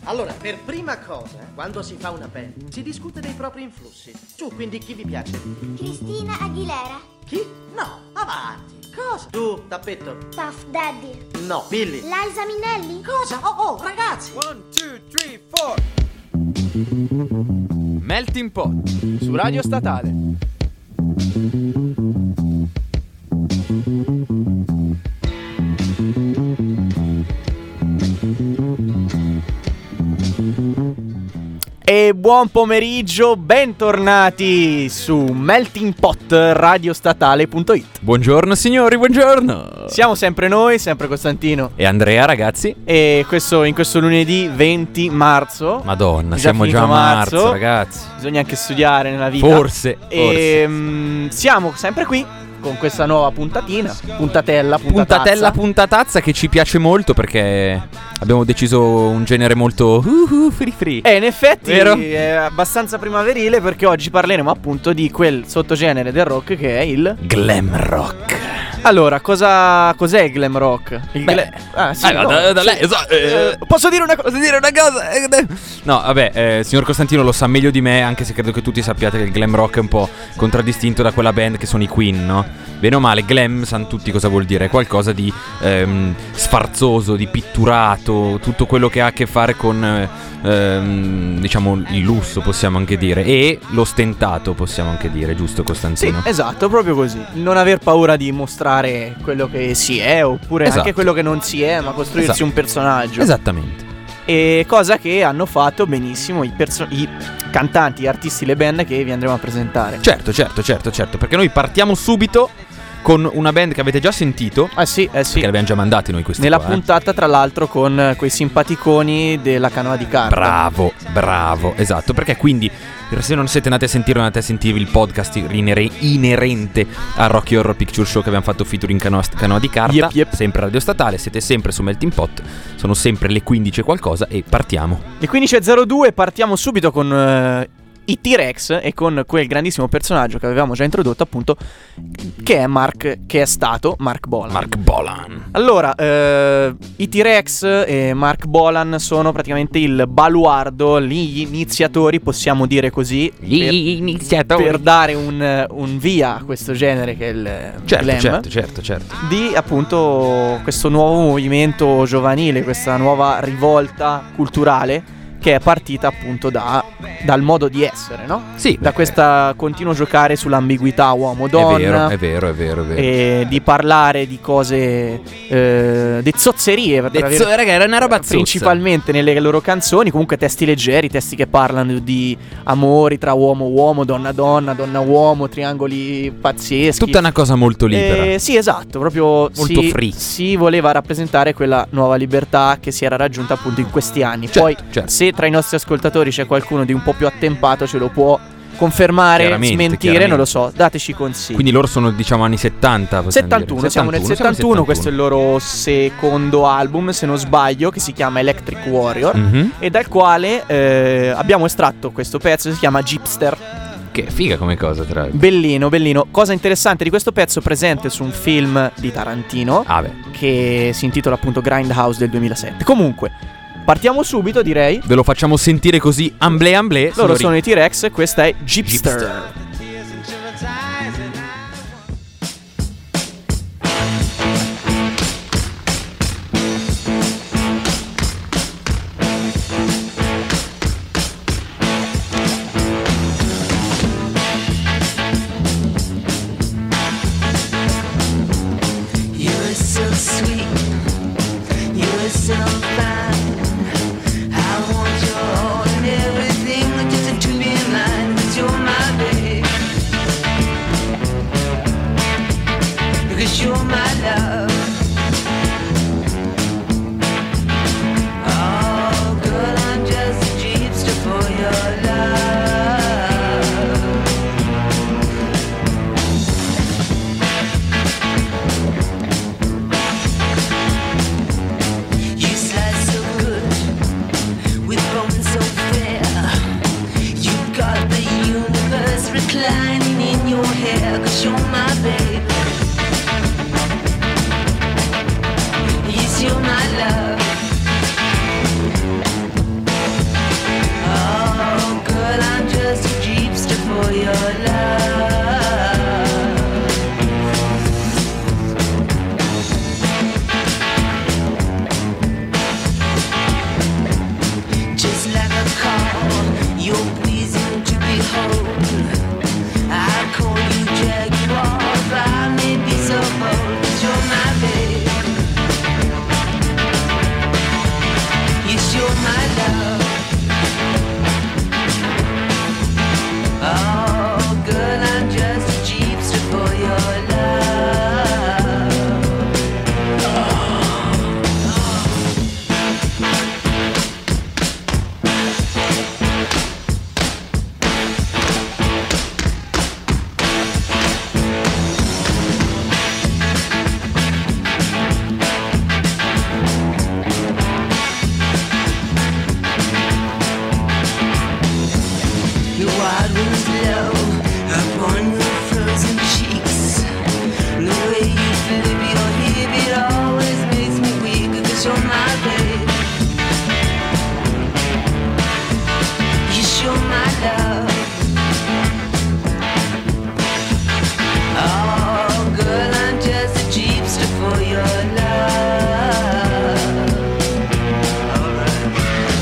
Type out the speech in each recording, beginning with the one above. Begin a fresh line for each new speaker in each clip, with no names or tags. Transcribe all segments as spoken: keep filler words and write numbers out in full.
Allora, per prima cosa, quando si fa una band, si discute dei propri influssi. Su, quindi chi vi piace?
Cristina Aguilera.
Chi? No, avanti. Cosa? Tu, Tappetto.
Puff Daddy.
No, Billy.
Liza Minnelli.
Cosa? Oh, oh, ragazzi.
One, two, three, four. Melting Pot su Radio Statale.
E buon pomeriggio, bentornati su melting pot radio statale punto it.
Buongiorno signori, buongiorno.
Siamo sempre noi, sempre Costantino
E Andrea, ragazzi.
e questo in questo lunedì venti marzo.
Madonna,
Già
siamo
finito
già a marzo,
marzo.
ragazzi.
Bisogna anche studiare nella vita.
Forse, forse.
E mm, siamo sempre qui con questa nuova puntatina, puntatella, puntatazza.
Puntatella puntatazza che ci piace molto perché abbiamo deciso un genere molto uh, uh, free free.
E in effetti
Vero?
è abbastanza primaverile perché oggi parleremo appunto di quel sottogenere del rock che è il...
Glam rock.
Allora, cosa cos'è il glam rock? Il
Beh,
gla- ah, sì,
eh,
no,
da- da
sì.
lei, so- eh,
Eh, posso dire una cosa?
Posso dire una cosa? Eh, No, vabbè, eh, signor Costantino lo sa meglio di me, anche se credo che tutti sappiate che il glam rock è un po' contraddistinto da quella band che sono i Queen, no? Bene o male, glam sanno tutti cosa vuol dire, è qualcosa di ehm, sfarzoso, di pitturato, tutto quello che ha a che fare con, eh, ehm, diciamo, il lusso, possiamo anche dire, e l'ostentato, possiamo anche dire, giusto
Sì,
Costantino?
esatto, proprio così. Non aver paura di mostrare quello che si è, oppure
Esatto.
anche quello che non si è, ma costruirsi
Esatto.
un personaggio.
Esattamente.
E cosa che hanno fatto benissimo i, perso- i cantanti, gli artisti, le band che vi andremo a presentare.
Certo, certo, certo, certo, perché noi partiamo subito con una band che avete già sentito,
Ah sì, eh sì.
perché l'abbiamo già mandati noi questi
Nella
qua, eh.
puntata, tra l'altro, con quei simpaticoni della canoa di carta.
Bravo, bravo, esatto, perché quindi se non siete andati a sentire, andate a sentire il podcast inere- inerente a Rocky Horror Picture Show che abbiamo fatto featuring canoa, canoa di carta,
Yep, yep.
sempre Radio Statale, siete sempre su Melting Pot, sono sempre le quindici e qualcosa e partiamo.
Le quindici e zero due partiamo subito con eh, i T-Rex e con quel grandissimo personaggio che avevamo già introdotto, appunto, che è Mark, che è stato Mark Bolan.
Mark Bolan.
Allora, eh, i T-Rex e Mark Bolan sono praticamente il baluardo, gli iniziatori, possiamo dire così,
Gli
per,
iniziatori.
per dare un, un via a questo genere che è il
Certo,
glam,
certo, certo, certo.
di appunto questo nuovo movimento giovanile, questa nuova rivolta culturale che è partita appunto da, dal modo di essere, no?
Sì,
Da
perché-
questo continuo giocare sull'ambiguità
È
uomo-donna,
vero, è vero, è vero, è vero.
e di parlare di cose, eh, di zozzerie, per avere-
Dezzo, raga, era una roba zozza.
principalmente nelle loro canzoni, comunque testi leggeri, testi che parlano di amori tra uomo-uomo, donna-donna, donna-uomo, triangoli pazzeschi.
Tutta una cosa molto libera.
Eh, sì, esatto, proprio
Molto
si,
free.
si voleva rappresentare quella nuova libertà che si era raggiunta appunto in questi anni.
Certo,
Poi,
certo.
se tra i nostri ascoltatori c'è qualcuno di un po' più attempato, ce lo può confermare,
Chiaramente,
smentire,
chiaramente.
non lo so, dateci consigli.
Quindi loro sono, diciamo, anni settanta, possiamo
settantuno,
dire.
siamo nel settantuno, questo è il loro secondo album, se non sbaglio, che si chiama Electric Warrior,
Mhm.
e dal quale eh, abbiamo estratto questo pezzo che si chiama Gypster.
Che figa come cosa, tra l'altro.
Bellino, bellino. Cosa interessante di questo pezzo, presente su un film di Tarantino,
Ah, beh.
che si intitola appunto Grindhouse del duemilasette. Comunque, partiamo subito, direi.
Ve lo facciamo sentire così, amblè amblè.
Loro
signori.
sono i T-Rex e questa è Gypster.
Gypster.
You were so sweet, you were so fine. I want your all and everything, just to be in line, 'cause you're my babe. You're pleasing to behold. I call you Jaguar, but I may be so bold. 'Cause you're my babe. Yes, you're my love. Oh, girl, I'm just a jeepster for your love. Oh. The wild winds blow upon your frozen cheeks. The way you flip your hip, it always makes me weak. 'Cause you're my babe. Yes, you're my love. Oh, girl, I'm just a jeepster for your love. Alright.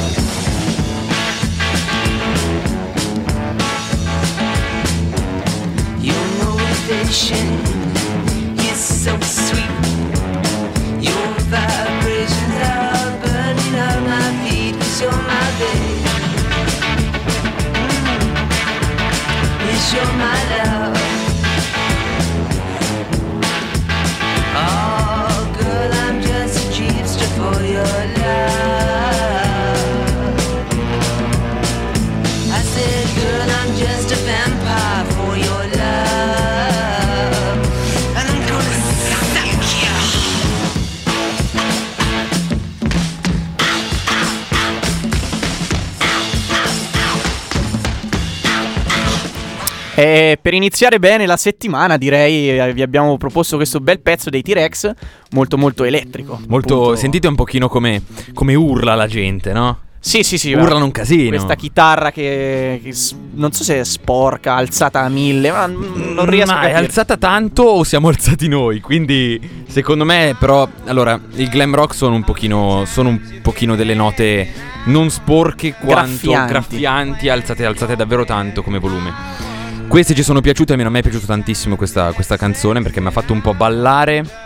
Your motivation is so sweet. Your vibrations are burning up my feet. 'Cause you're my babe. Mm. Yes, you're my love. Oh, girl, I'm just a jeepster for your love. I said, girl, I'm just a vampire for your love. And I'm gonna suck you.
E per iniziare bene la settimana, direi, eh, vi abbiamo proposto questo bel pezzo dei T-Rex, molto molto elettrico.
Molto,
appunto.
sentite un pochino come, come urla la gente, no?
Sì, sì, sì.
Urlano un casino.
Questa chitarra che, che s- non so se è sporca, alzata a mille, ma n- non riesco
Ma
a
è
capire.
alzata tanto o siamo alzati noi? Quindi secondo me però, allora, il glam rock sono un pochino, sono un pochino delle note non sporche quanto
Graffianti.
graffianti, alzate, alzate davvero tanto come volume. Queste ci sono piaciute, almeno a me è piaciuta tantissimo questa, questa canzone perché mi ha fatto un po' ballare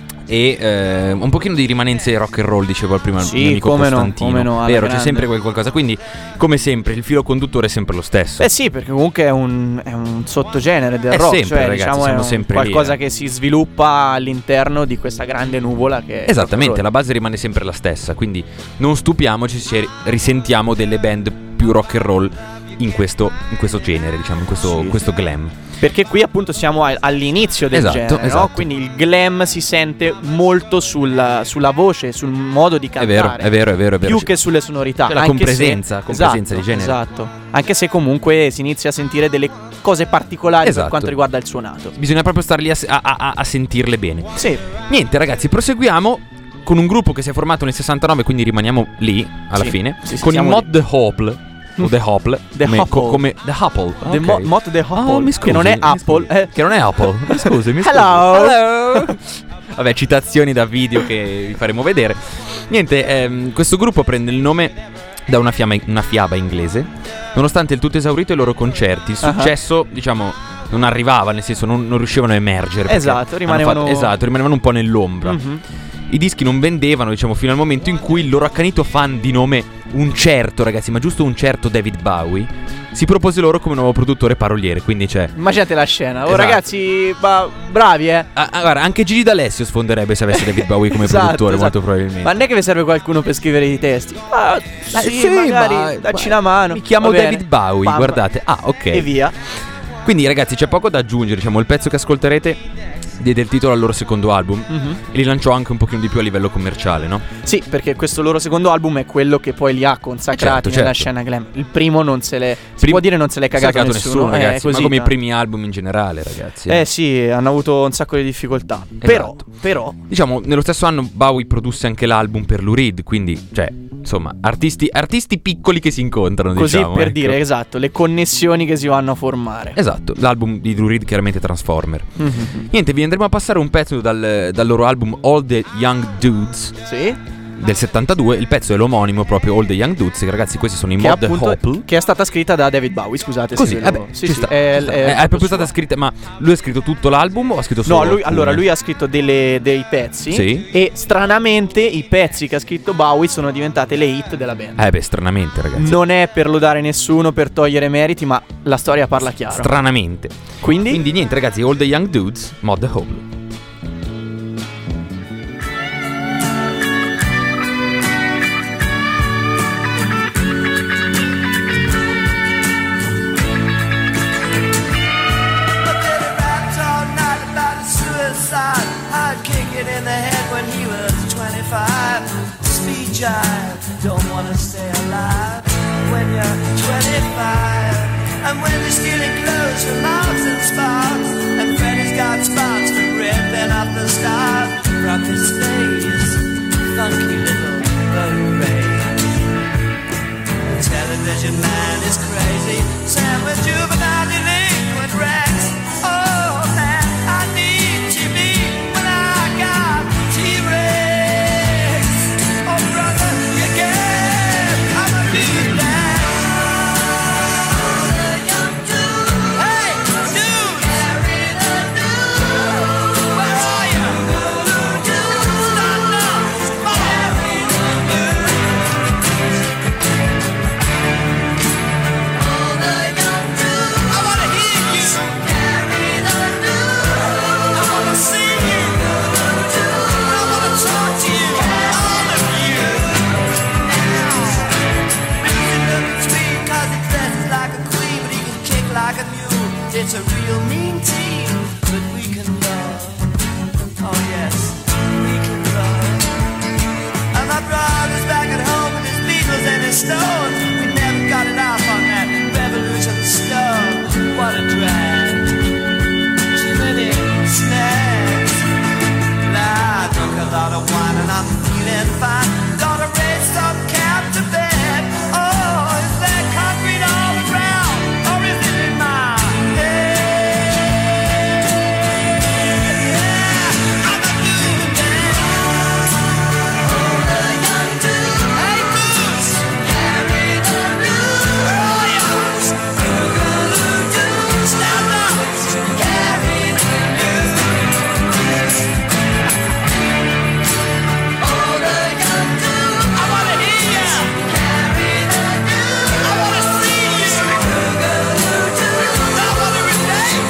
e eh, un pochino di rimanenze rock and roll, dicevo prima il
Sì,
mio amico
come no,
Costantino.
come no, alla
Vero, c'è
grande.
sempre quel qualcosa, quindi come sempre il filo conduttore è sempre lo stesso.
Beh sì, perché comunque è un, è un sottogenere del
È
rock,
sempre,
cioè
ragazzi,
diciamo è
siamo
un
sempre lì,
qualcosa
eh.
che si sviluppa all'interno di questa grande nuvola che è
Esattamente,
rock
la base rimane sempre la stessa, quindi non stupiamoci se risentiamo delle band più rock and roll in questo, in questo genere, diciamo, in questo,
Sì,
in questo glam.
Perché qui appunto siamo a- all'inizio del
Esatto,
genere, no?
esatto.
Quindi il glam si sente molto sulla, sulla voce, sul modo di
È
cantare.
vero, è vero, è vero, è vero.
Più che sulle sonorità.
C'è la
anche
compresenza,
se-
compresenza
esatto,
di genere.
Esatto. Anche se comunque si inizia a sentire delle cose particolari
Esatto.
per quanto riguarda il suonato.
Bisogna proprio star lì a, se- a- a- a sentirle bene.
Sì.
Niente ragazzi, proseguiamo con un gruppo che si è formato nel sessantanove, quindi rimaniamo lì alla
Sì,
fine,
sì, sì,
con i
siamo
Mod The Hopple. O The Hopple.
The
come,
Hopple.
co- come The Hopple.
The
ok.
Mo- Mod The Hopple,
Oh, mi
che
scusi,
non è
mi
Apple,
scusi.
eh.
Che non è Apple. Mi scusi, mi scusi.
Hello.
Hello. Vabbè, citazioni da video che vi faremo vedere. Niente, ehm, questo gruppo prende il nome da una, fiamma- una fiaba inglese. Nonostante il tutto esaurito i loro concerti, il
Ah.
successo, diciamo, non arrivava, nel senso non, non riuscivano a emergere. perché
Esatto,
hanno
rimanevano-
fatto- esatto, rimanevano un po' nell'ombra.
Mhm.
I dischi non vendevano, diciamo, fino al momento in cui il loro accanito fan di nome un certo, ragazzi, ma giusto un certo David Bowie, si propose loro come nuovo produttore paroliere. Quindi c'è.
Immaginate la scena. Oh
Esatto.
ragazzi, ba- bravi eh.
Ah, ah, guarda, anche Gigi D'Alessio sfonderebbe se avesse David Bowie come
Esatto,
produttore,
esatto.
molto probabilmente.
Ma non è che vi serve qualcuno per scrivere i testi? Ah, sì,
sì,
magari
ma-
dacci
ma-
una mano.
Mi chiamo
Va bene.
David Bowie,
Pam.
guardate. Ah, ok.
E via.
Quindi ragazzi c'è poco da aggiungere, diciamo, il pezzo che ascolterete diede il titolo al loro secondo album
Mhm.
e li lanciò anche un pochino di più a livello commerciale, no?
Sì, perché questo loro secondo album è quello che poi li ha consacrati
Eh, certo,
nella
certo.
scena glam. Il primo non se l'è. Si
Prim-
può dire non se l'è cagato,
Cagato
nessuno, eh,
ragazzi,
così,
ma come
no?
i primi album in generale, ragazzi.
Eh sì, hanno avuto un sacco di difficoltà. Però,
Esatto.
però
Diciamo, nello stesso anno Bowie produsse anche l'album per Lou Reed, quindi, cioè, insomma, artisti, artisti piccoli che si incontrano,
così
diciamo.
per
ecco.
dire, esatto, le connessioni che si vanno a formare.
Esatto, l'album di Lou Reed chiaramente Transformer.
Mhm.
Niente, vi andremo a passare un pezzo dal, dal loro album All the Young Dudes.
Sì?
del settantadue. Il pezzo è l'omonimo proprio All the Young Dudes. Che ragazzi, questi sono i
Che,
Mod
appunto,
Hopple.
che è stata scritta da David Bowie, scusate.
Così,
se ve
vabbè,
lo- sì,
ci
sì,
sta,
è,
ci sta.
è
È, è proprio
proprio
stata
sua.
scritta. Ma lui ha scritto tutto l'album o ha scritto solo
No, lui,
alcune?
allora lui ha scritto delle- dei pezzi.
Sì.
E stranamente i pezzi che ha scritto Bowie sono diventate le hit della band.
Eh beh, stranamente ragazzi.
Non è per lodare nessuno, per togliere meriti, ma la storia parla chiaro.
Stranamente.
Quindi,
Quindi niente ragazzi, All the Young Dudes, Mod Hopple.
But then he rapped all night about his suicide. I'd kick it in the head when he was twenty-five. Speed jive, don't wanna stay alive when you're twenty-five. And when you're stealing clothes from Marks and Sparks, and Freddy's got spots for ripping up the stars from his face. Funky little beret. The television man is crazy. Sam with juvenile delinquent Rex. Oh man, I need T V when I got T-Rex. Oh brother, you get, I'm a dude now. Hey, dude, where are you? Stand up, come on. I wanna hear you. I wanna see you. I wanna talk to you. All of you. He looks sweet 'cause he dresses like a queen, but he can kick like a mule. It's a real mean team, but we can love. Oh yes, we can love. And my brother's back at home with his Beatles and his Stones. We never got it off on that revolution stone. What a drag. Too many snacks. Nah, I drunk a lot of wine and I'm feeling fine. Gotta raise some cap to bed. Oh, is there concrete all around? Or is it in my head? Yeah, I'm a dude now. Hey, Goose. Where are you? Stand up. I wanna hear ya. I wanna see you. I wanna relate.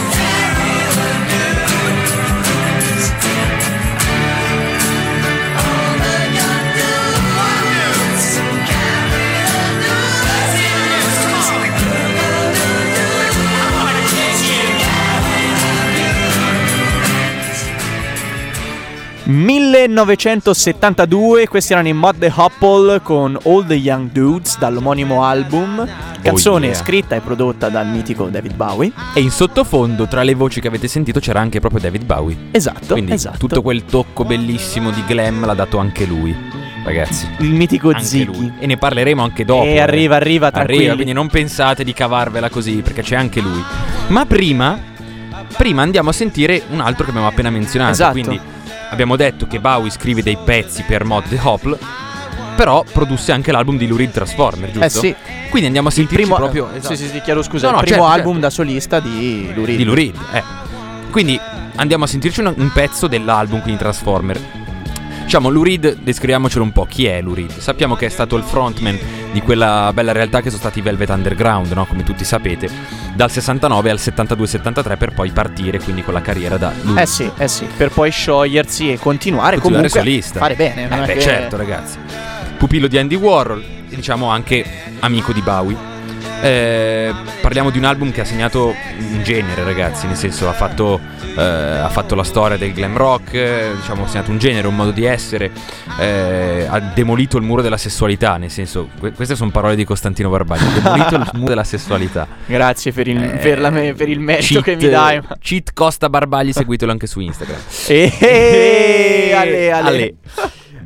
millenovecentosettantadue, questi erano i Mod Hopple con All the Young Dudes dall'omonimo album. Canzone
yeah.
scritta e prodotta dal mitico David Bowie.
E in sottofondo, tra le voci che avete sentito, c'era anche proprio David Bowie.
Esatto,
Quindi
esatto.
tutto quel tocco bellissimo di glam l'ha dato anche lui, ragazzi.
Il mitico
Anche
Ziggy.
lui. E ne parleremo anche dopo.
E
eh.
arriva, arriva, tranquilli.
Arriva, quindi non pensate di cavarvela così, perché c'è anche lui. Ma prima, prima andiamo a sentire un altro che abbiamo appena menzionato.
Esatto.
Quindi abbiamo detto che Bowie scrive dei pezzi per Mod Hopple, però produsse anche l'album di Lou Reed Transformer, giusto?
Eh sì.
Quindi andiamo a
Il
sentirci
primo,
proprio
eh,
esatto.
sì, sì, sì, chiedo scusa.
No, no,
il primo
certo,
album
certo.
da solista di Lou Reed.
Di Lou Reed, eh. Quindi andiamo a sentirci un, un pezzo dell'album, quindi Transformer. Diciamo, Lou Reed, descriviamocelo un po'. Chi è Lou Reed? Sappiamo che è stato il frontman di quella bella realtà che sono stati i Velvet Underground, no? Come tutti sapete, dal sessantanove al settantadue settantatré, per poi partire quindi con la carriera da Lou.
Eh sì, eh sì, per poi sciogliersi e continuare,
Continuare
comunque
solista.
a fare bene. non
Eh
è
beh,
che-
certo, ragazzi. Pupillo di Andy Warhol, e diciamo anche amico di Bowie. Eh, parliamo di un album che ha segnato un genere, ragazzi, nel senso ha fatto, eh, ha fatto la storia del glam rock, eh, diciamo ha segnato un genere, un modo di essere, eh, ha demolito il muro della sessualità, nel senso, que- queste sono parole di Costantino Barbagli, ha demolito il muro della sessualità.
Grazie per il,
Eh,
per la me- per il merito
Cheat-
che mi dai. ma-
Cheat Costa Barbagli, seguitelo anche su Instagram.
Eh, ale, ale.
Ale.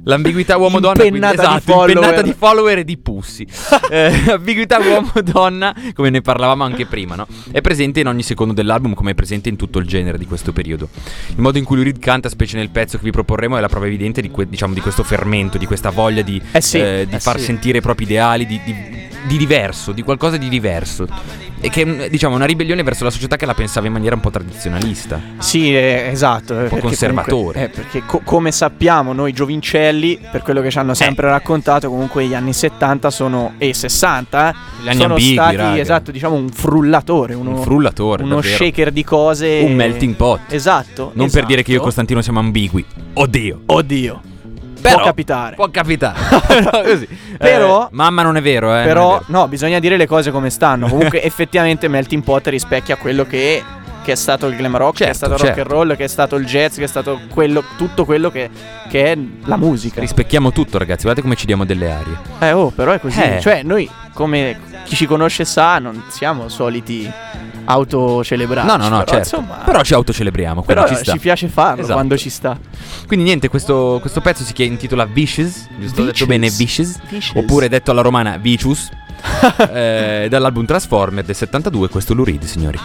L'ambiguità uomo-donna, quindi,
Impennata
esatto,
di follower.
impennata di follower e di pussi. eh, ambiguità uomo-donna, come ne parlavamo anche prima, no? È presente in ogni secondo dell'album, come è presente in tutto il genere di questo periodo. Il modo in cui Lou Reed canta, specie nel pezzo che vi proporremo, è la prova evidente di, que- diciamo, di questo fermento, di questa voglia di,
Eh sì,
eh, di
eh
far
sì.
sentire i propri ideali, di, di, di diverso, di qualcosa di diverso. E che, diciamo, una ribellione verso la società che la pensava in maniera un po' tradizionalista.
Sì, eh, esatto. Un
po' conservatore.
Eh, perché co- come sappiamo noi giovincelli, per quello che ci hanno sempre raccontato, comunque gli anni settanta sono e sessanta eh,
Gli anni
sono
ambigui,
stati,
raga.
esatto, diciamo un frullatore, uno,
Un frullatore,
uno
davvero.
shaker di cose,
Un melting pot.
Esatto.
Non per dire che io e
esatto.
Costantino siamo ambigui. Oddio.
Oddio.
Però,
può capitare.
Può capitare. Però così.
Però-
Eh, mamma non è vero, eh. non è
Però
vero.
no, bisogna dire le cose come stanno. Comunque effettivamente Melting Pot rispecchia quello che è, che è stato il glam rock, che è
Certo,
stato il
certo.
rock and roll, che è stato il jazz, che è stato quello, tutto quello che, che è la musica.
Rispecchiamo tutto, ragazzi. Guardate come ci diamo delle arie.
Eh oh, però è così.
Eh.
Cioè noi, come chi ci conosce sa, non siamo soliti autocelebrarci.
No, no, no,
però,
certo.
Insomma,
Però ci autocelebriamo. quello
però
ci sta.
ci piace farlo
Esatto.
quando ci sta.
Quindi niente, questo, questo pezzo si chiama, intitola Vicious. Giusto? Ho detto
Vicious.
bene, Vicious.
Vicious.
Oppure detto alla romana, Vicious. eh, dall'album Transformer del settantadue. Questo è Lou Reed, signori.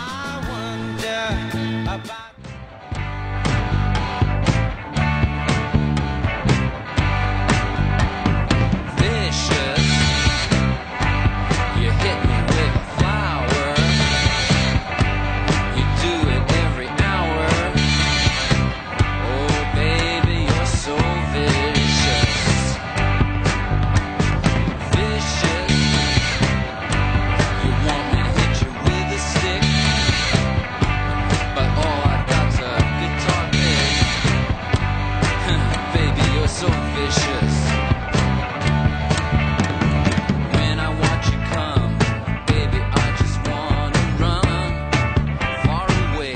Vicious, you hit me with a flower. You do it every hour. Oh baby, you're so vicious. Vicious, you want me to hit you with a stick, but all I got's a guitar pick. Baby, you're so vicious. When I watch you come, baby, I just wanna run far away.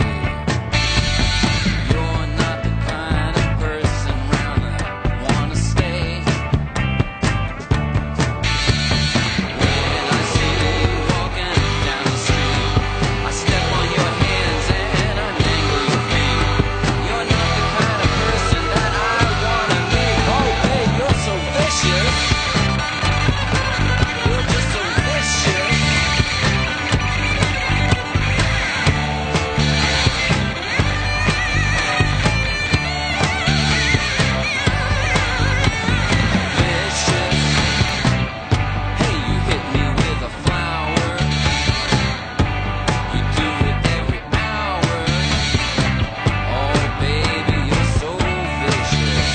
You're not the kind of person round I wanna stay. When I see you walking down the street, I step on your hands and I dangle your feet. You're not the kind of person that I wanna meet. Oh, babe, you're so vicious. You're just so vicious. Vicious. Hey, you hit me with a flower. You do it every hour. Oh, baby, you're so vicious.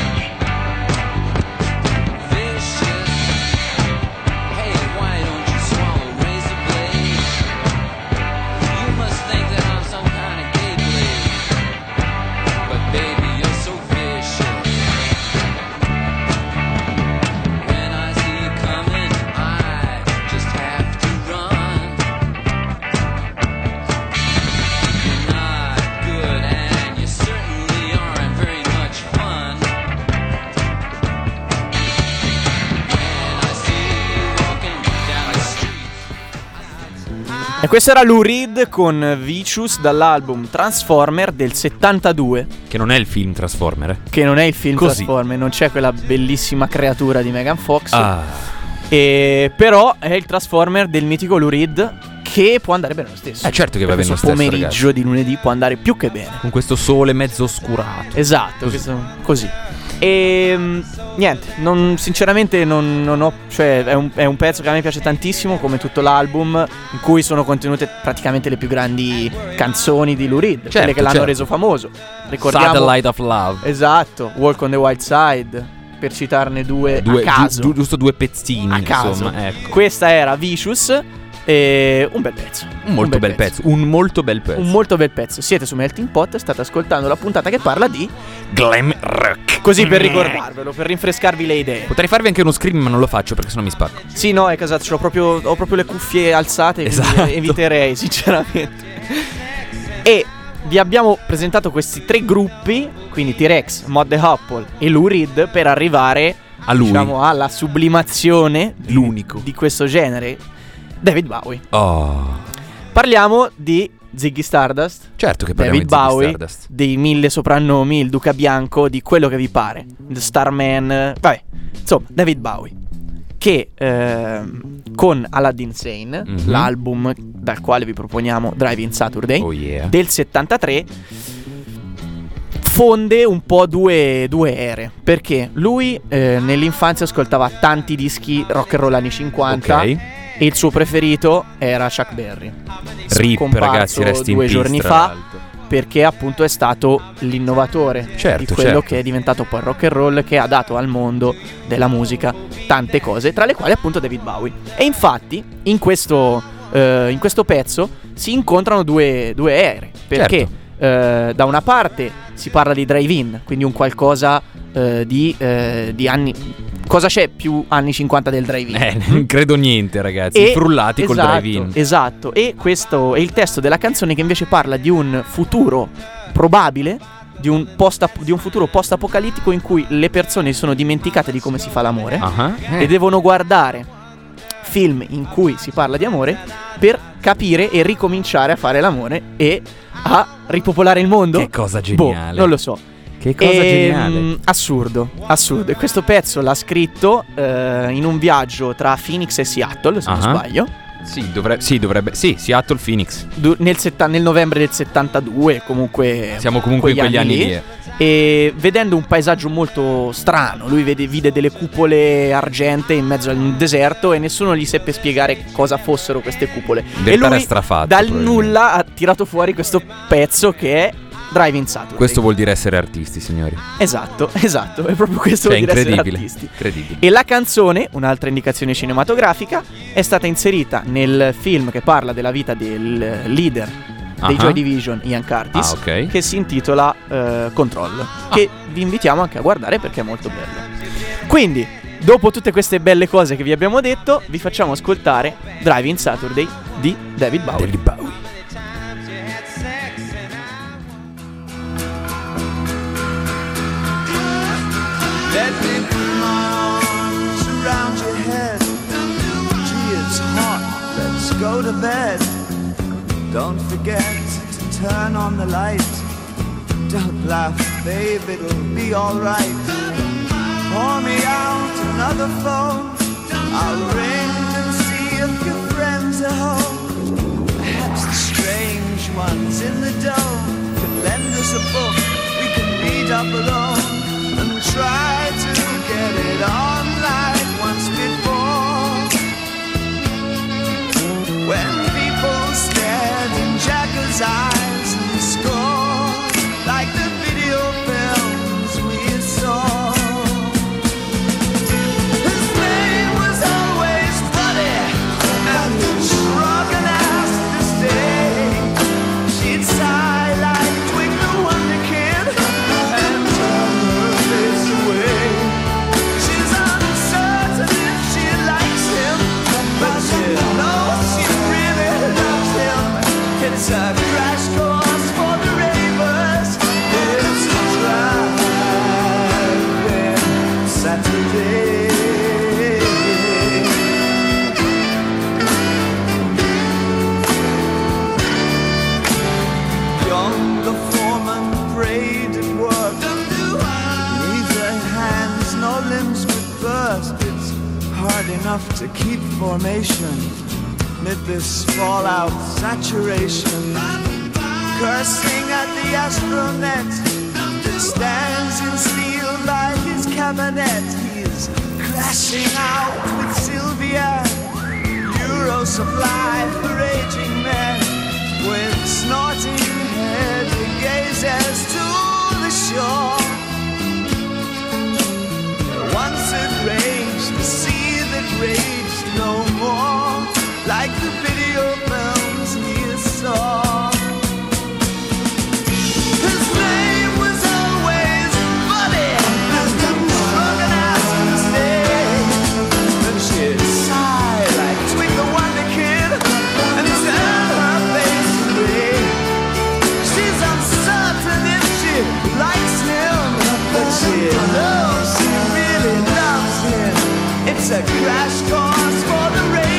Vicious. Hey, why don't you swallow razor blades? You must think that I'm some kind of gay blade. But baby, you're so vicious. When I see you coming, I just have to run. You're not good and you certainly aren't very much fun. When I see you walking down the street.
E questo era Lou Reed con Vicious dall'album Transformer del settantadue.
Che non è il film Transformer, eh.
Che non è il film
Così.
Transformer, non c'è quella bellissima creatura di Megan Fox.
Ah.
E però è il Transformer del mitico Lou Reed, che può andare bene lo stesso.
Eh, certo che va
Per
bene lo
questo
stesso,
pomeriggio
ragazzi.
di lunedì può andare più che bene.
Con questo sole mezzo oscurato.
Esatto,
Così.
questo- così. E niente, non, sinceramente non, non ho, cioè è un, è un pezzo che a me piace tantissimo, come tutto l'album, in cui sono contenute praticamente le più grandi canzoni di Lou Reed, quelle
Certo,
che l'hanno
certo.
reso famoso. Ricordiamo,
Satellite of Love.
esatto, Walk on the Wild Side, per citarne due,
Due,
a caso.
giu- giusto due pezzini,
a caso.
insomma, ecco.
Questa era Vicious, e un bel pezzo.
Un molto bel pezzo. Un molto bel pezzo.
Un molto bel pezzo. Siete su Melting Pot, state ascoltando la puntata che parla di,
glam rock.
così per ricordarvelo, per rinfrescarvi le idee.
Potrei farvi anche uno scream, ma non lo faccio perché sennò mi spacco.
Sì, no, è esatto, ho proprio, ho proprio le cuffie alzate, quindi
Esatto.
eviterei sinceramente. E vi abbiamo presentato questi tre gruppi, quindi T-Rex, Mod the Hopple e Lou Reed, per arrivare
A lui.
diciamo alla sublimazione
L'unico.
di questo genere, David Bowie.
Oh.
Parliamo di Ziggy Stardust,
Certo che parliamo
David
di Ziggy
Bowie,
Stardust.
dei mille soprannomi, il Duca Bianco, di quello che vi pare, The Starman, vabbè, insomma, David Bowie, che ehm, con Aladdin Sane,
Mhm.
l'album dal quale vi proponiamo Driving Saturday,
Oh yeah.
del settantatré, fonde un po' due, due ere, perché lui eh, nell'infanzia ascoltava tanti dischi rock and roll anni cinquanta,
Ok.
e il suo preferito era Chuck Berry.
Rip,
Scomparso
ragazzi, rest in
due
peace,
giorni
tra
fa,
l'altro.
perché appunto è stato l'innovatore
Certo,
di quello
certo.
che è diventato poi il rock and roll, che ha dato al mondo della musica tante cose, tra le quali appunto David Bowie. E infatti in questo, eh, in questo pezzo si incontrano due, due ere, perché
Certo.
eh, da una parte si parla di drive-in, quindi un qualcosa eh, di, eh, di anni... Cosa c'è più anni cinquanta del drive-in?
Eh, non credo niente, ragazzi.
E-
I frullati col
esatto,
drive-in.
Esatto, e questo è il testo della canzone che invece parla di un futuro probabile, di un, post di un futuro post-apocalittico in cui le persone sono dimenticate di come si fa l'amore
Ah, eh.
e devono guardare film in cui si parla di amore per capire e ricominciare a fare l'amore e a ripopolare il mondo.
Che cosa
Boh,
geniale.
non lo so.
Che cosa
Ehm,
geniale.
Assurdo, assurdo. E questo pezzo l'ha scritto eh, in un viaggio tra Phoenix e Seattle, se non
Ah.
sbaglio.
Sì, dovrebbe, sì, dovrebbe. Sì, Seattle Phoenix.
Du- nel, setta- nel novembre del settantadue, comunque.
Siamo comunque in quegli anni lì. eh.
E vedendo un paesaggio molto strano, lui vede, vide delle cupole argentee in mezzo al deserto e nessuno gli seppe spiegare cosa fossero queste cupole.
In
E
verità era
lui
strafatto,
dal
probabilmente.
nulla ha tirato fuori questo pezzo che è Driving Saturday.
Questo vuol dire essere artisti, signori.
Esatto, esatto, è proprio questo
Cioè,
vuol dire essere
incredibile.
artisti.
Incredibile.
E la canzone, un'altra indicazione cinematografica, è stata inserita nel film che parla della vita del leader dei
Ah.
Joy Division, Ian Curtis,
Ah, ok.
che si intitola eh, Control, che vi invitiamo anche a guardare perché è molto bello. Quindi, dopo tutte queste belle cose che vi abbiamo detto, vi facciamo ascoltare Driving Saturday di David Bowie.
David Bowie.
Let me put my arms around your head. Gee, it's hot, let's go to bed. Don't forget to turn on the light. Don't laugh, babe, it'll be alright. Pour me out another phone. I'll ring and see if your friends are home. Perhaps the strange ones in the dome can lend us a book we can read up alone. And try to get it on like once before. When people stared in Jagger's eyes and scored like the video films we saw. His name was always Buddy, and shrug and ask to stay. She'd sigh like Twig the Wonder Kid and turn her face away. She's uncertain if she likes him, but she knows she really loves him. It's a crash course for the ravers. It's a driving Saturday. Younger foreman prayed at work. Neither hands nor limbs would burst. It's hard enough to keep formation amid this fallout saturation. Cursing at the astronet that stands in steel by his cabinet. He's crashing out with Sylvia. Euro supply for raging men. With snorting head he gazes to the shore. Once it raged, the sea that raged no more. Like the video films he saw. His name was always Buddy, and shrug and ask to stay. And she'd sigh like Twig the Wonder Kid and turn her face away. She's uncertain if she likes him, but she knows she really loves him. It's a crash course for the race.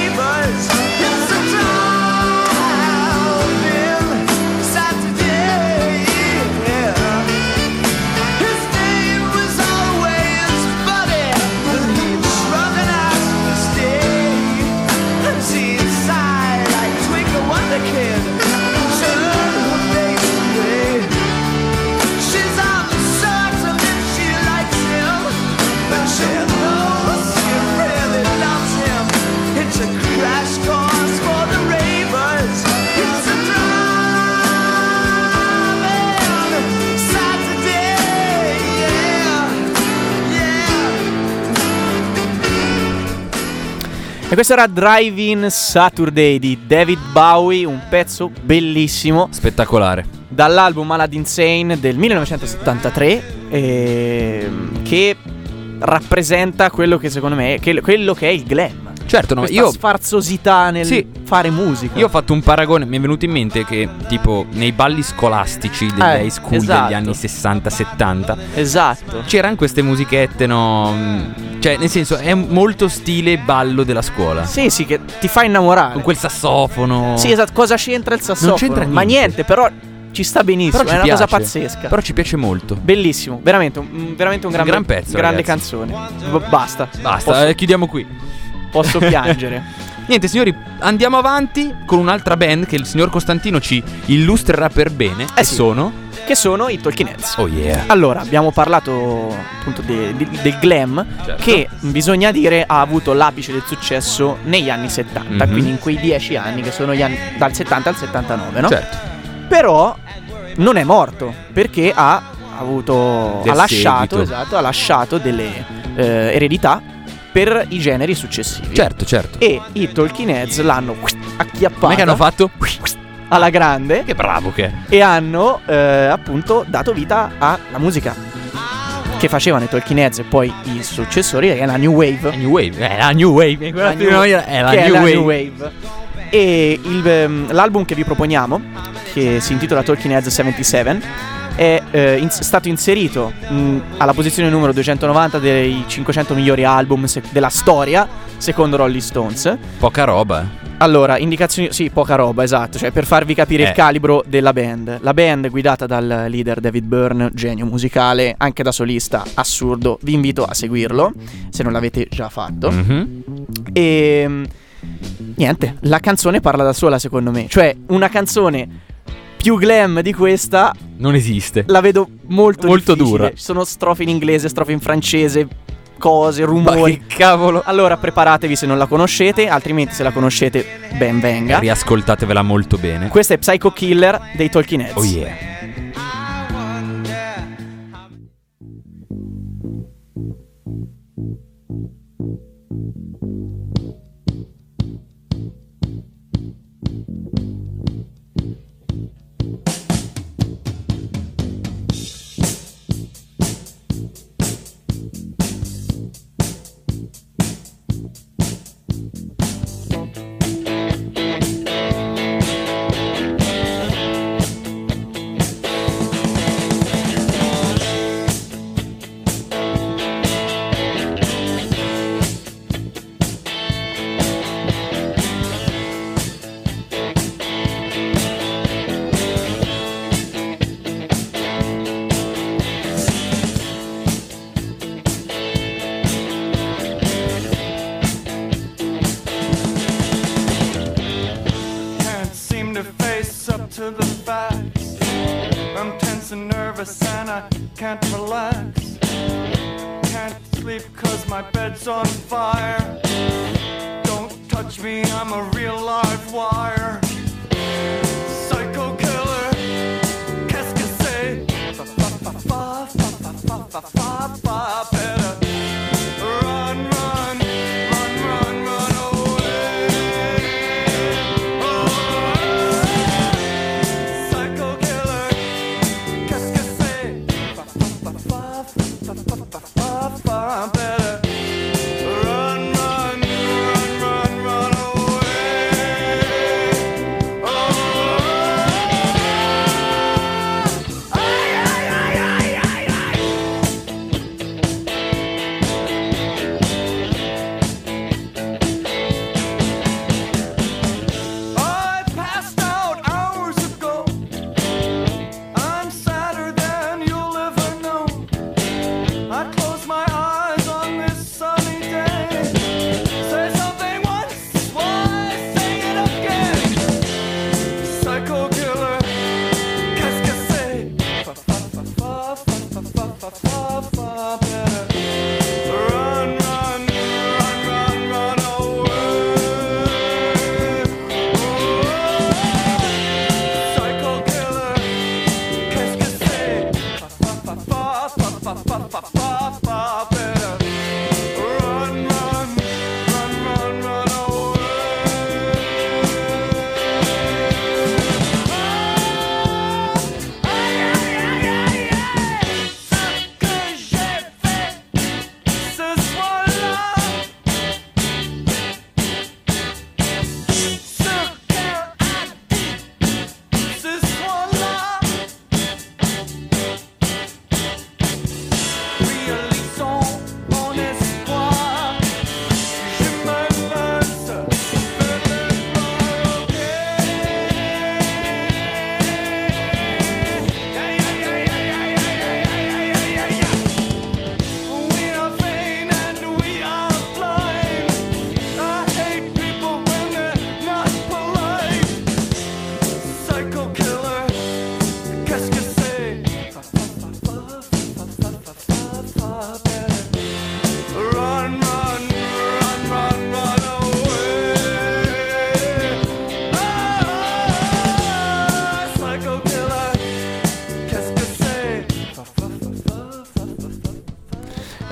questo era Drive-In Saturday di David Bowie, un pezzo bellissimo
Spettacolare.
dall'album Aladdin Sane del millenovecentosettantatré, ehm, che rappresenta quello che secondo me è, che- quello che è il glam.
Certo, no,
Questa
io
sfarzosità nel
Sì.
fare musica.
Io ho fatto un paragone, mi è venuto in mente che tipo nei balli scolastici degli
Eh,
high school
esatto.
degli anni sessanta settanta
Esatto.
c'erano queste musichette, no? mm, Cioè, nel senso, è molto stile ballo della scuola.
Sì, sì, che ti fa innamorare.
Con quel sassofono.
Sì, esatto. Cosa c'entra il sassofono?
Non c'entra
Ma
niente.
niente, però ci sta benissimo.
Però ci
è una
piace.
cosa pazzesca.
Però ci piace molto.
Bellissimo, veramente un, veramente un, gran,
gran pezzo,
grande
ragazzi.
canzone. B- basta.
Basta,
Posso,
eh, chiudiamo qui.
posso piangere.
Niente, signori, andiamo avanti con un'altra band che il signor Costantino ci illustrerà per bene.
Eh
e
sì.
sono.
Che sono i Talking Heads.
Oh yeah.
Allora, abbiamo parlato appunto de- de- del glam,
Certo.
che bisogna dire ha avuto l'apice del successo negli anni settanta,
Mhm.
quindi in quei dieci anni che sono gli anni dal settanta al settantanove, no?
Certo.
Però non è morto, perché ha avuto
Del
ha lasciato,
seguito.
esatto, ha lasciato delle eh, eredità per i generi successivi.
Certo, certo.
E i Talking Heads l'hanno acchiappata
Come che hanno fatto?
alla grande
Che bravo che è.
e hanno eh, appunto dato vita alla musica che facevano i Talking Heads e poi i successori, che è la New Wave.
La New Wave. È la New Wave.
La
New Wave. È la
che
New
è la
Wave.
New Wave. E il, ehm, l'album che vi proponiamo, che si intitola Talking Heads settantasette, è eh, in- stato inserito mh, alla posizione numero duecentonovanta dei cinquecento migliori album se- della storia, secondo Rolling Stones.
Poca roba.
Allora, indicazioni, sì, poca roba, esatto, cioè per farvi capire
Eh.
il calibro della band. La band guidata dal leader David Byrne, genio musicale, anche da solista, assurdo, vi invito a seguirlo, se non l'avete già fatto.
Mhm.
E niente, la canzone parla da sola secondo me, cioè una canzone più glam di questa
Non esiste.
la vedo molto
Molto
difficile.
dura.
Ci sono strofe in inglese, strofe in francese, cose,
Ma
rumori.
che cavolo.
Allora preparatevi se non la conoscete, altrimenti se la conoscete ben venga.
Riascoltatevela molto bene.
Questa è Psycho Killer dei Talking Heads.
Oh yeah.
Can't seem to face up to the facts. I'm tense and nervous and I can't relax. Can't sleep cause my bed's on fire. Don't touch me, I'm a real live wire. Psycho killer, qu'est-ce que c'est? Fa fa fa fa fa fa fa fa fa. Better run, run, run, run, run away. Psycho killer, qu'est-ce que c'est? Fa fa fa fa fa fa fa fa. Better run, run, run, run, run away. Oh.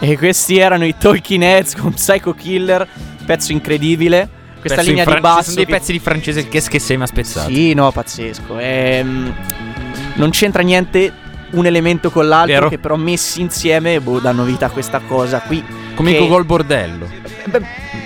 E questi erano i Talking Heads con Psycho Killer, pezzo incredibile. Questa
Pezzo
linea
in
di
fran-
basso
ci sono dei
che-
pezzi di francese che, che sei mi spezzato.
Sì, no, pazzesco. Ehm, non c'entra niente un elemento con l'altro,
Vero.
che però messi insieme boh, danno vita a questa cosa qui.
Come
che-
i Gogol Bordello.
Beh,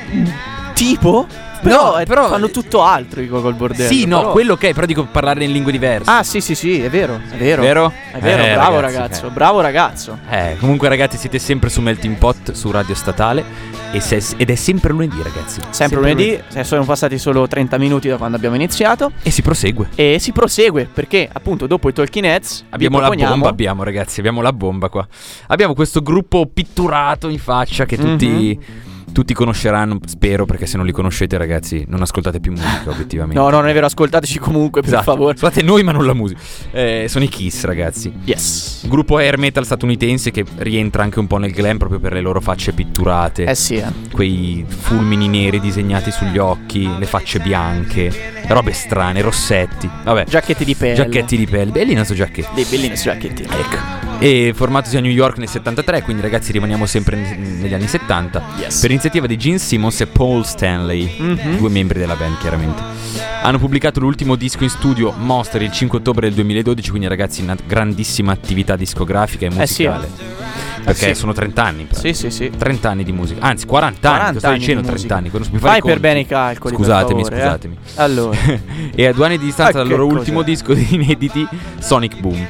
tipo? Però,
No,
eh,
però-
fanno tutto altro i Gogol Bordello.
Sì, no,
però-
quello che è, però dico parlare in lingue diverse.
Ah, sì, sì, sì, è vero, è vero.
Vero?
È vero,
Eh,
bravo
ragazzi,
ragazzo,
eh.
bravo ragazzo.
Eh, comunque ragazzi siete sempre su Melting Pot, su Radio Statale e se- ed è sempre lunedì ragazzi.
Sempre lunedì, se sono passati solo trenta minuti da quando abbiamo iniziato.
E si prosegue.
E si prosegue perché appunto dopo i Talking Heads vi
Abbiamo la
proponiamo-
bomba, abbiamo ragazzi, abbiamo la bomba qua. Abbiamo questo gruppo pitturato in faccia che tutti, tutti conosceranno, spero, perché se non li conoscete ragazzi non ascoltate più musica obiettivamente.
No, no, non è vero, ascoltateci comunque per
Esatto.
favore.
Ascoltate noi ma non la musica. Eh, sono i Kiss ragazzi.
Yes.
Gruppo hair metal statunitense che rientra anche un po' nel glam proprio per le loro facce pitturate.
Eh sì, eh.
Quei fulmini neri disegnati sugli occhi, le facce bianche, robe strane, rossetti. Vabbè.
Giacchetti di pelle.
Giacchetti di pelle. Belli i nostri giacchetti.
Dei bellini giacchetti.
Ecco. E formatosi a New York nel settantatré, quindi ragazzi rimaniamo sempre n- negli anni settanta.
Yes.
Per iniziativa di Gene Simmons e Paul Stanley,
Mhm.
due membri della band chiaramente. Hanno pubblicato l'ultimo disco in studio, Monster, il cinque ottobre del duemiladodici, quindi ragazzi una grandissima attività discografica e
Eh sì, eh.
musicale. Perché
sì.
sono trenta anni. in pratica.
Sì, sì, sì.
trenta anni di musica, anzi quaranta, anni,
quaranta
sto
anni
dicendo
di
trenta
musica.
anni, quando mi fai
Fai
i
per
conti.
bene i calcoli, per
Scusatemi,
favore, eh.
scusatemi.
Allora.
E a due anni di distanza
Ah,
dal
che
loro
cos'è?
ultimo disco di inediti, Sonic Boom.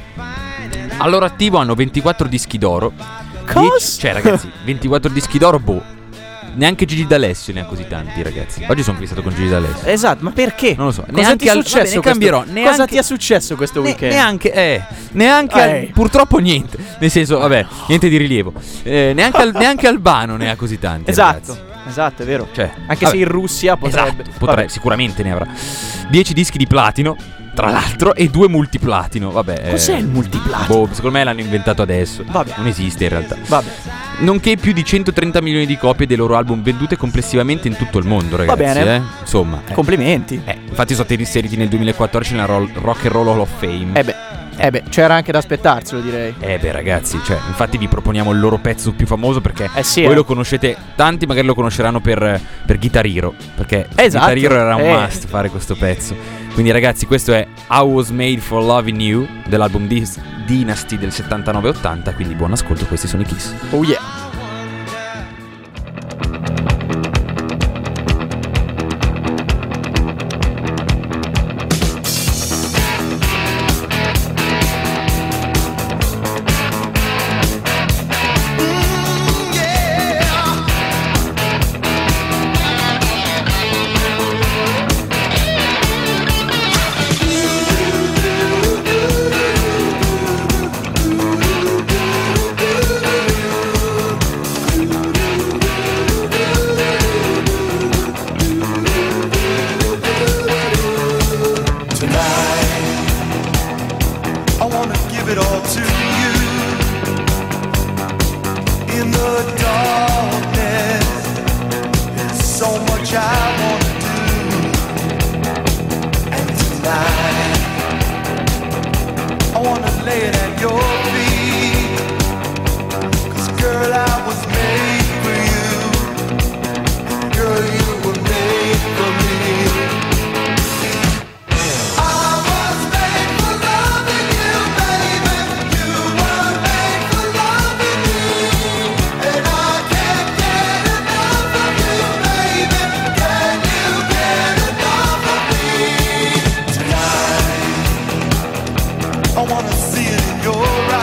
Al loro attivo hanno ventiquattro dischi d'oro.
Cosa?
dieci Cioè ragazzi, ventiquattro dischi d'oro, boh. Neanche Gigi D'Alessio ne ha così tanti ragazzi. Oggi sono fissato con Gigi D'Alessio.
Esatto, ma perché?
Non lo so.
Cosa
Neanche
ti è
al-
successo
vabbè, ne
questo-
cambierò.
Cosa
Neanche-
ti è successo questo
Ne-
weekend?
neanche, eh, neanche al-
Eh.
purtroppo niente. Nel senso, vabbè, niente di rilievo. Eh, neanche, al- neanche Albano ne ha così tanti.
Esatto,
ragazzi.
esatto, è vero.
Cioè,
Anche
vabbè.
se in Russia potrebbe.
Esatto, potrebbe,
Vabbè.
sicuramente ne avrà. dieci dischi di platino, tra l'altro, e due multiplatino. Vabbè. eh,
Cos'è il multiplatino?
Boh, secondo me l'hanno inventato adesso.
Vabbè.
Non esiste in realtà.
Vabbè.
Nonché più di centotrenta milioni di copie dei loro album vendute complessivamente in tutto il mondo,
Va
ragazzi.
bene.
Eh? Insomma. eh.
Complimenti.
Eh, infatti sono stati inseriti nel duemilaquattordici nella Roll- Rock and Roll Hall of Fame.
Eh beh, eh beh, c'era anche da aspettarselo, direi.
Eh beh ragazzi, cioè, infatti vi proponiamo il loro pezzo più famoso perché
Eh sì,
voi
eh.
lo conoscete, tanti magari lo conosceranno per, per Guitar Hero, perché
Esatto,
Guitar Hero era un
eh.
must fare questo pezzo. Quindi ragazzi, questo è I Was Made for Loving You dell'album Dis- Dynasty del settantanove ottanta, quindi buon ascolto, questi sono i Kiss.
Oh yeah.
I wanna give it all to you. In the darkness, there's so much I wanna do. And tonight, I wanna lay it at your feet. 'Cause girl, I was made for you. Girl, you were made for me. I was made for loving you, baby. You were made for loving me, and I can't get enough of you, baby. Can you get enough of me tonight? I wanna see it in your eyes.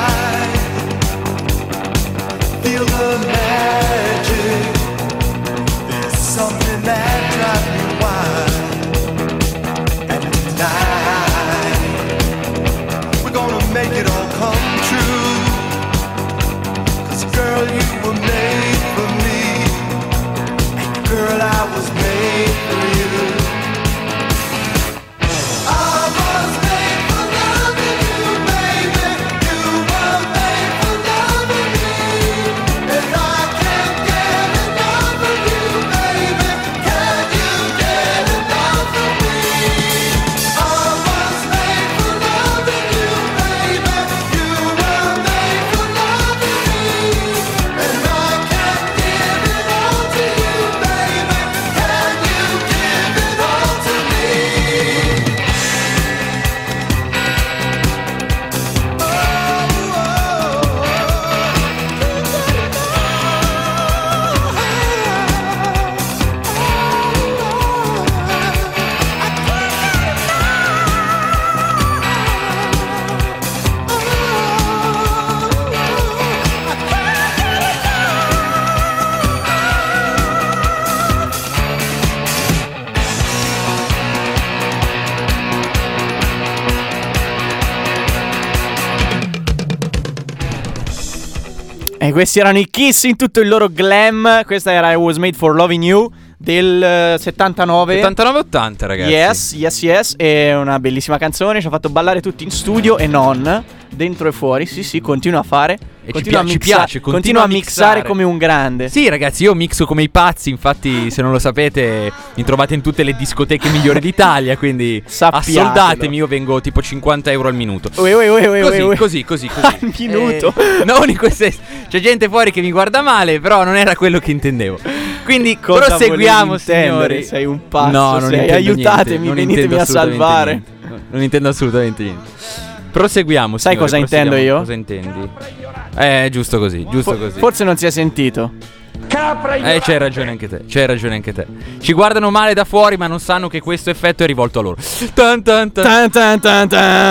questi erano i Kiss in tutto il loro glam. Questa era I Was Made for Loving You del uh, settantanove
settantanove ottanta, ragazzi.
Yes, yes, yes. È una bellissima canzone. Ci ha fatto ballare tutti in studio e non, dentro e fuori. Sì, sì, continua a fare.
E
continua
ci,
a
pi-
mixa-
ci piace, continua,
continua a mixare
mixare
come un grande.
Sì, ragazzi, io mixo come i pazzi. Infatti, se non lo sapete, mi trovate in tutte le discoteche migliori d'Italia. Quindi
Sappiatelo.
assoldatemi, io vengo tipo cinquanta euro al minuto.
Ue, ue, ue, ue,
Così,
ue, ue.
così, così, così.
Al minuto.
Eh, non in queste. C'è gente fuori che mi guarda male, però non era quello che intendevo. Quindi
Cosa
proseguiamo,
volevi intendere?
signori.
Sei un pazzo.
No, non
sei.
intendo
Aiutatemi,
niente, non
venitemi
intendo
a
assolutamente
salvare.
niente. Non intendo assolutamente niente. Proseguiamo.
Sai
signori,
cosa intendo
proseguiamo.
io?
Cosa intendi? Eh, giusto così, giusto
For-
così.
Forse non si è sentito.
Eh, c'hai ragione anche te, c'hai ragione anche te. Ci guardano male da fuori, ma non sanno che questo effetto è rivolto a loro. Tan tan tan.
Tan tan tan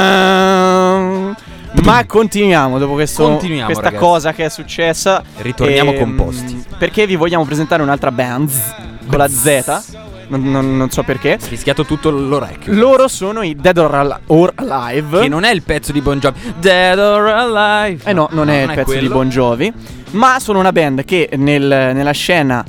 tan. Ma continuiamo dopo questo,
Continuiamo,
questa
ragazzi.
cosa che è successa.
Ritorniamo
Ehm,
composti.
Perché vi vogliamo presentare un'altra band con la Z. Non, non- non so perché.
Rischiato tutto l'orecchio.
Loro sono i Dead or, Al- or Alive.
Che non è il pezzo di Bon Jovi. Dead or Alive.
Eh no, non è il pezzo
quello.
di Bon Jovi. Ma sono una band che nel- nella scena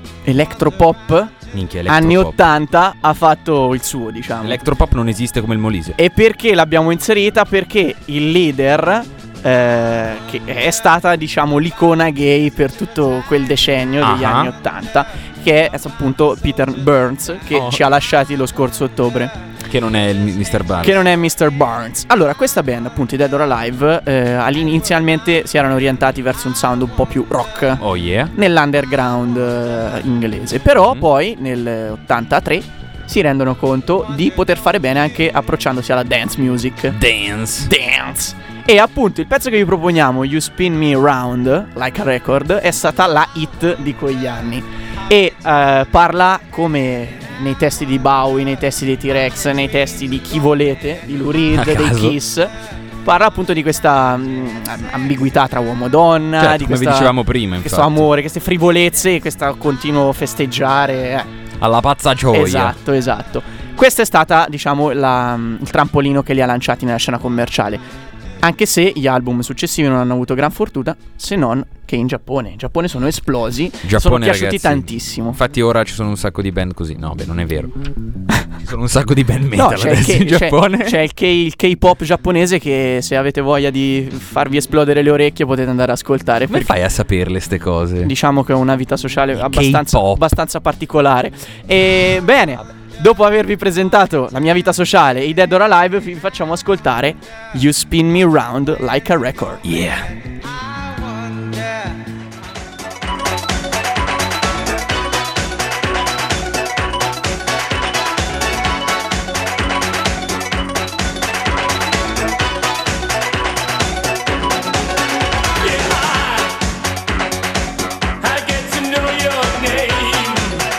electropop
Minchia,
anni
electropop.
ottanta ha fatto il suo, diciamo.
Electropop non esiste come il Molise.
E perché l'abbiamo inserita? Perché il leader, eh, che è stata, diciamo, l'icona gay per tutto quel decennio degli
Ah.
anni ottanta, che è appunto Peter Burns, che
Oh.
ci ha lasciati lo scorso ottobre.
Che non è il mister Barnes.
Che non è mister Barnes. Allora, questa band, appunto, i Dead or Alive, eh, all'in- inizialmente si erano orientati verso un sound un po' più rock
Oh yeah.
nell'underground eh, inglese. Però
Mm.
poi nel ottantatré si rendono conto di poter fare bene anche approcciandosi alla dance music.
Dance.
Dance. E appunto il pezzo che vi proponiamo, You Spin Me Round Like a Record, è stata la hit di quegli anni. E eh, parla, come nei testi di Bowie, nei testi dei T-Rex, nei testi di Chi volete, di Lou Reed,
A
dei
caso.
Kiss, parla appunto di questa mh, ambiguità tra uomo e donna,
Certo,
di
come vi
questa,
dicevamo prima,
questo
infatti.
amore, queste frivolezze, questo continuo festeggiare. eh.
Alla pazza gioia.
Esatto, esatto. Questa è stata, diciamo, la- il trampolino che li ha lanciati nella scena commerciale. Anche se gli album successivi non hanno avuto gran fortuna, se non che in Giappone. In Giappone sono esplosi, sono
Giappone,
piaciuti
ragazzi.
tantissimo.
Infatti ora ci sono un sacco di band così. No, beh, non è vero. Ci sono un sacco di band metal
No, c'è, il,
adesso
K-
in
c'è-
Giappone.
c'è il, K- il K-pop giapponese che se avete voglia di farvi esplodere le orecchie potete andare ad ascoltare.
Come
perché
fai a saperle ste cose?
diciamo che è una vita sociale
Il
abbastanza,
K-pop.
abbastanza particolare. E bene, dopo avervi presentato la mia vita sociale e i Dead or Alive, vi facciamo ascoltare You Spin Me Round Like a Record.
Yeah.
I get to know your name.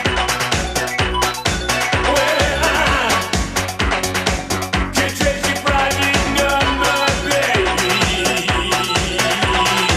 Well, I can trace your private number, baby.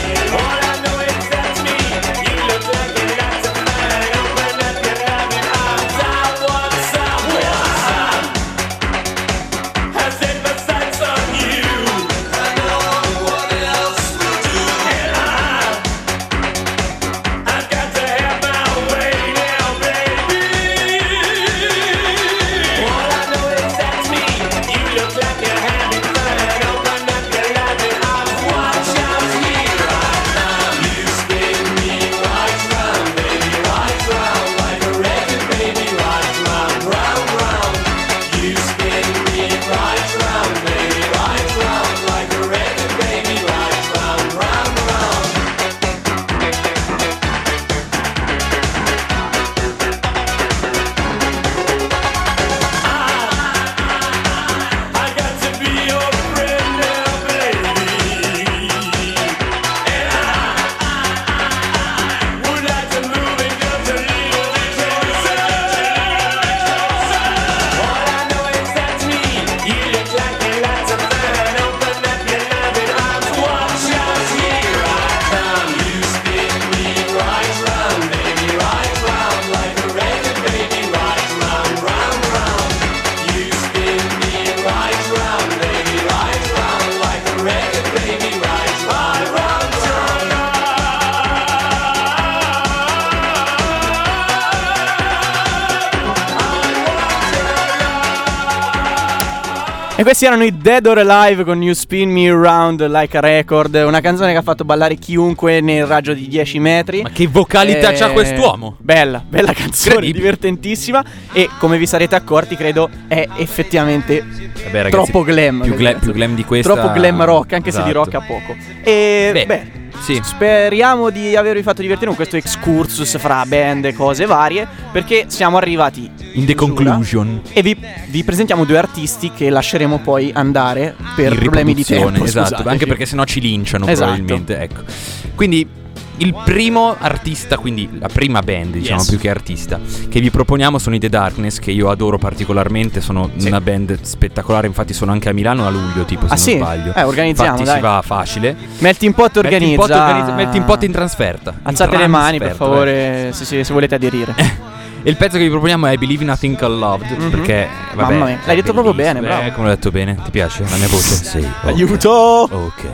questi erano i Dead or Alive con You Spin Me Around Like a Record, una canzone che ha fatto ballare chiunque nel raggio di dieci metri.
Ma che vocalità
Eh,
c'ha quest'uomo?
Bella, bella canzone,
Incredibile.
divertentissima. E come vi sarete accorti, credo è effettivamente
Vabbè, ragazzi,
troppo glam.
Più, gla- più glam di questa.
Troppo glam rock, anche se di
Esatto.
rock ha poco. E
Beh,
beh,
sì.
speriamo di avervi fatto divertire con questo excursus fra band e cose varie, perché siamo arrivati
In the
chiusura.
conclusion.
E vi, vi presentiamo due artisti che lasceremo poi andare per
In
problemi di
riproduzione,
tempo.
esatto,
scusateci.
anche perché sennò ci linciano
Esatto.
probabilmente, ecco. Quindi il primo artista, quindi la prima band, diciamo,
Yes.
più che artista, che vi proponiamo sono i The Darkness, che io adoro particolarmente, sono
Sì.
una band spettacolare, infatti sono anche a Milano a luglio, tipo, se
Ah,
non
sì?
sbaglio.
Eh, organizziamo,
Infatti
dai.
si va facile.
Melting Pot organizza.
Melting Pot, organizza- Melting Pot in trasferta. In
Alzate le mani, per
trasferta,
favore, se, se- se volete aderire.
E il pezzo che vi proponiamo è Believe Nothing Called Loved,
Mhm.
perché vabbè,
Mamma mia, l'hai
è
detto proprio
bellissimo.
bene, bravo.
Eh, come l'ho detto bene? Ti piace la mia voce? Sì. ok.
Aiuto!
Ok.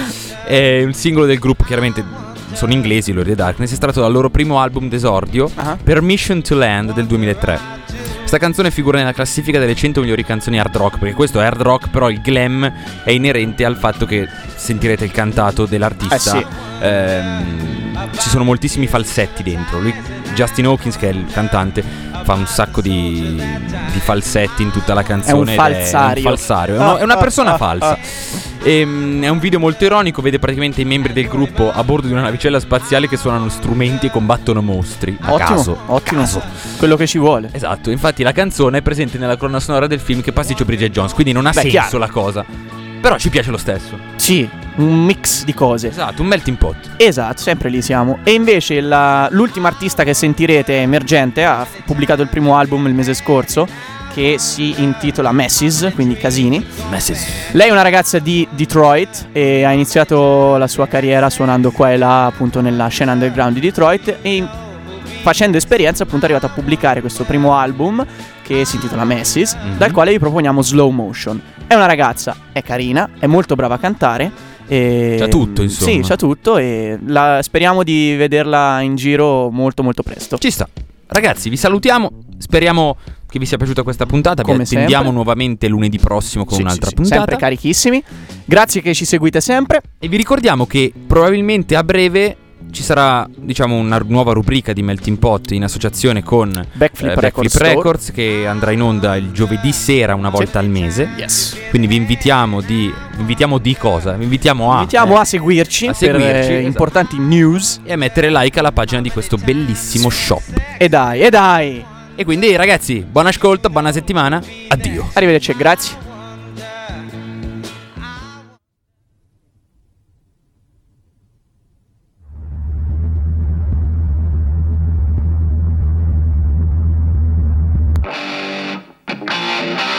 È un singolo del gruppo, chiaramente sono inglesi, loro The Darkness, estratto dal loro primo album d'esordio,
Ah.
Permission to Land del duemilatré. Questa canzone figura nella classifica delle cento migliori canzoni hard rock, perché questo è hard rock, però il glam è inerente al fatto che sentirete il cantato dell'artista.
Eh sì.
Ehm, ci sono moltissimi falsetti dentro. Lui, Justin Hawkins, che è il cantante, fa un sacco di, di falsetti in tutta la canzone. ed
falsario.
È un falsario, è, uno- è una
Ah,
persona
ah,
falsa.
ah.
Ehm, è un video molto ironico, vede praticamente i membri del gruppo a bordo di una navicella spaziale che suonano strumenti e combattono mostri. A
Ottimo,
caso.
ottimo.
A caso.
Quello che ci vuole.
Esatto, infatti la canzone è presente nella colonna sonora del film Che pasticcio Bridget Jones, quindi non ha
Beh,
senso
chiaro.
la cosa. Però ci piace lo stesso.
Sì, un mix di cose.
Esatto, un melting pot.
Esatto, sempre lì siamo. E invece la- l'ultima artista che sentirete emergente ha f- pubblicato il primo album il mese scorso, che si intitola Messes, quindi casini.
Messes.
Lei è una ragazza di Detroit e ha iniziato la sua carriera suonando qua e là, appunto, nella scena underground di Detroit, e in- facendo esperienza appunto è arrivata a pubblicare questo primo album che si intitola Messes,
Mhm.
dal quale vi proponiamo Slow Motion. È una ragazza, è carina, è molto brava a cantare. E
C'ha tutto, insomma.
Sì, c'ha tutto, e la- speriamo di vederla in giro molto molto presto.
Ci sta. Ragazzi, vi salutiamo. Speriamo che vi sia piaciuta questa puntata. Vi
Come
attendiamo
sempre.
nuovamente lunedì prossimo con
Sì,
un'altra
sì, sì,
puntata.
sempre carichissimi. Grazie che ci seguite sempre.
E vi ricordiamo che probabilmente a breve ci sarà, diciamo, una nuova rubrica di Melting Pot in associazione con
Backflip
eh,
Records
Backflip
Store.
Records, che andrà in onda il giovedì sera una volta al mese.
Yes.
Quindi vi invitiamo di vi invitiamo di cosa? Vi invitiamo a
Invitiamo
eh,
a seguirci,
a
per
seguirci,
eh,
esatto.
importanti news.
e a mettere like alla pagina di questo bellissimo shop.
E dai, e dai.
E quindi ragazzi, buon ascolto, buona settimana. Addio.
Arrivederci, grazie.
Thank